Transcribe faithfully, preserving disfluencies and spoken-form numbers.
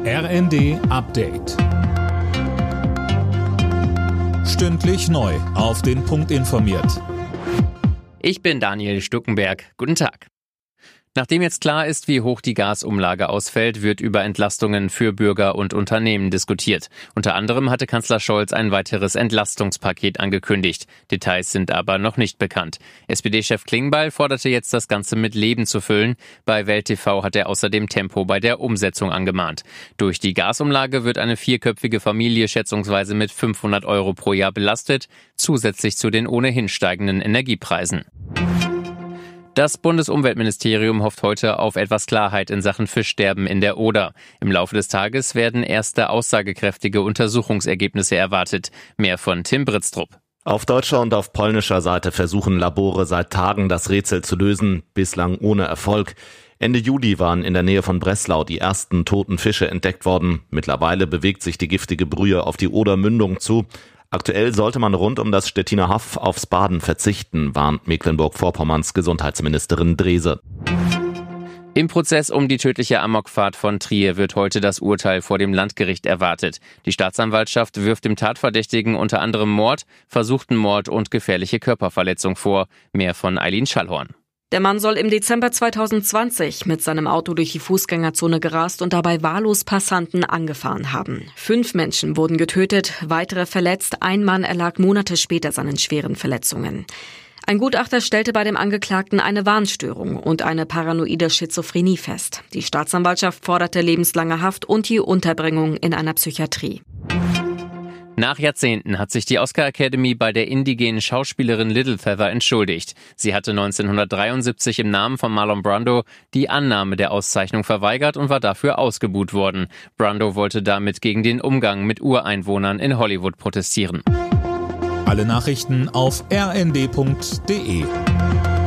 R N D Update. Stündlich neu auf den Punkt informiert. Ich bin Daniel Stuckenberg. Guten Tag. Nachdem jetzt klar ist, wie hoch die Gasumlage ausfällt, wird über Entlastungen für Bürger und Unternehmen diskutiert. Unter anderem hatte Kanzler Scholz ein weiteres Entlastungspaket angekündigt. Details sind aber noch nicht bekannt. S P D-Chef Klingbeil forderte jetzt, das Ganze mit Leben zu füllen. Bei Welt T V hat er außerdem Tempo bei der Umsetzung angemahnt. Durch die Gasumlage wird eine vierköpfige Familie schätzungsweise mit fünfhundert Euro pro Jahr belastet, zusätzlich zu den ohnehin steigenden Energiepreisen. Das Bundesumweltministerium hofft heute auf etwas Klarheit in Sachen Fischsterben in der Oder. Im Laufe des Tages werden erste aussagekräftige Untersuchungsergebnisse erwartet. Mehr von Tim Britztrup. Auf deutscher und auf polnischer Seite versuchen Labore seit Tagen, das Rätsel zu lösen, bislang ohne Erfolg. Ende Juli waren in der Nähe von Breslau die ersten toten Fische entdeckt worden. Mittlerweile bewegt sich die giftige Brühe auf die Oder-Mündung zu. Aktuell sollte man rund um das Stettiner Haff aufs Baden verzichten, warnt Mecklenburg-Vorpommerns Gesundheitsministerin Drese. Im Prozess um die tödliche Amokfahrt von Trier wird heute das Urteil vor dem Landgericht erwartet. Die Staatsanwaltschaft wirft dem Tatverdächtigen unter anderem Mord, versuchten Mord und gefährliche Körperverletzung vor. Mehr von Eileen Schallhorn. Der Mann soll im Dezember zweitausendzwanzig mit seinem Auto durch die Fußgängerzone gerast und dabei wahllos Passanten angefahren haben. Fünf Menschen wurden getötet, weitere verletzt. Ein Mann erlag Monate später seinen schweren Verletzungen. Ein Gutachter stellte bei dem Angeklagten eine Wahnstörung und eine paranoide Schizophrenie fest. Die Staatsanwaltschaft forderte lebenslange Haft und die Unterbringung in einer Psychiatrie. Nach Jahrzehnten hat sich die Oscar Academy bei der indigenen Schauspielerin Little Feather entschuldigt. Sie hatte neunzehnhundertdreiundsiebzig im Namen von Marlon Brando die Annahme der Auszeichnung verweigert und war dafür ausgebuht worden. Brando wollte damit gegen den Umgang mit Ureinwohnern in Hollywood protestieren. Alle Nachrichten auf r n d punkt d e.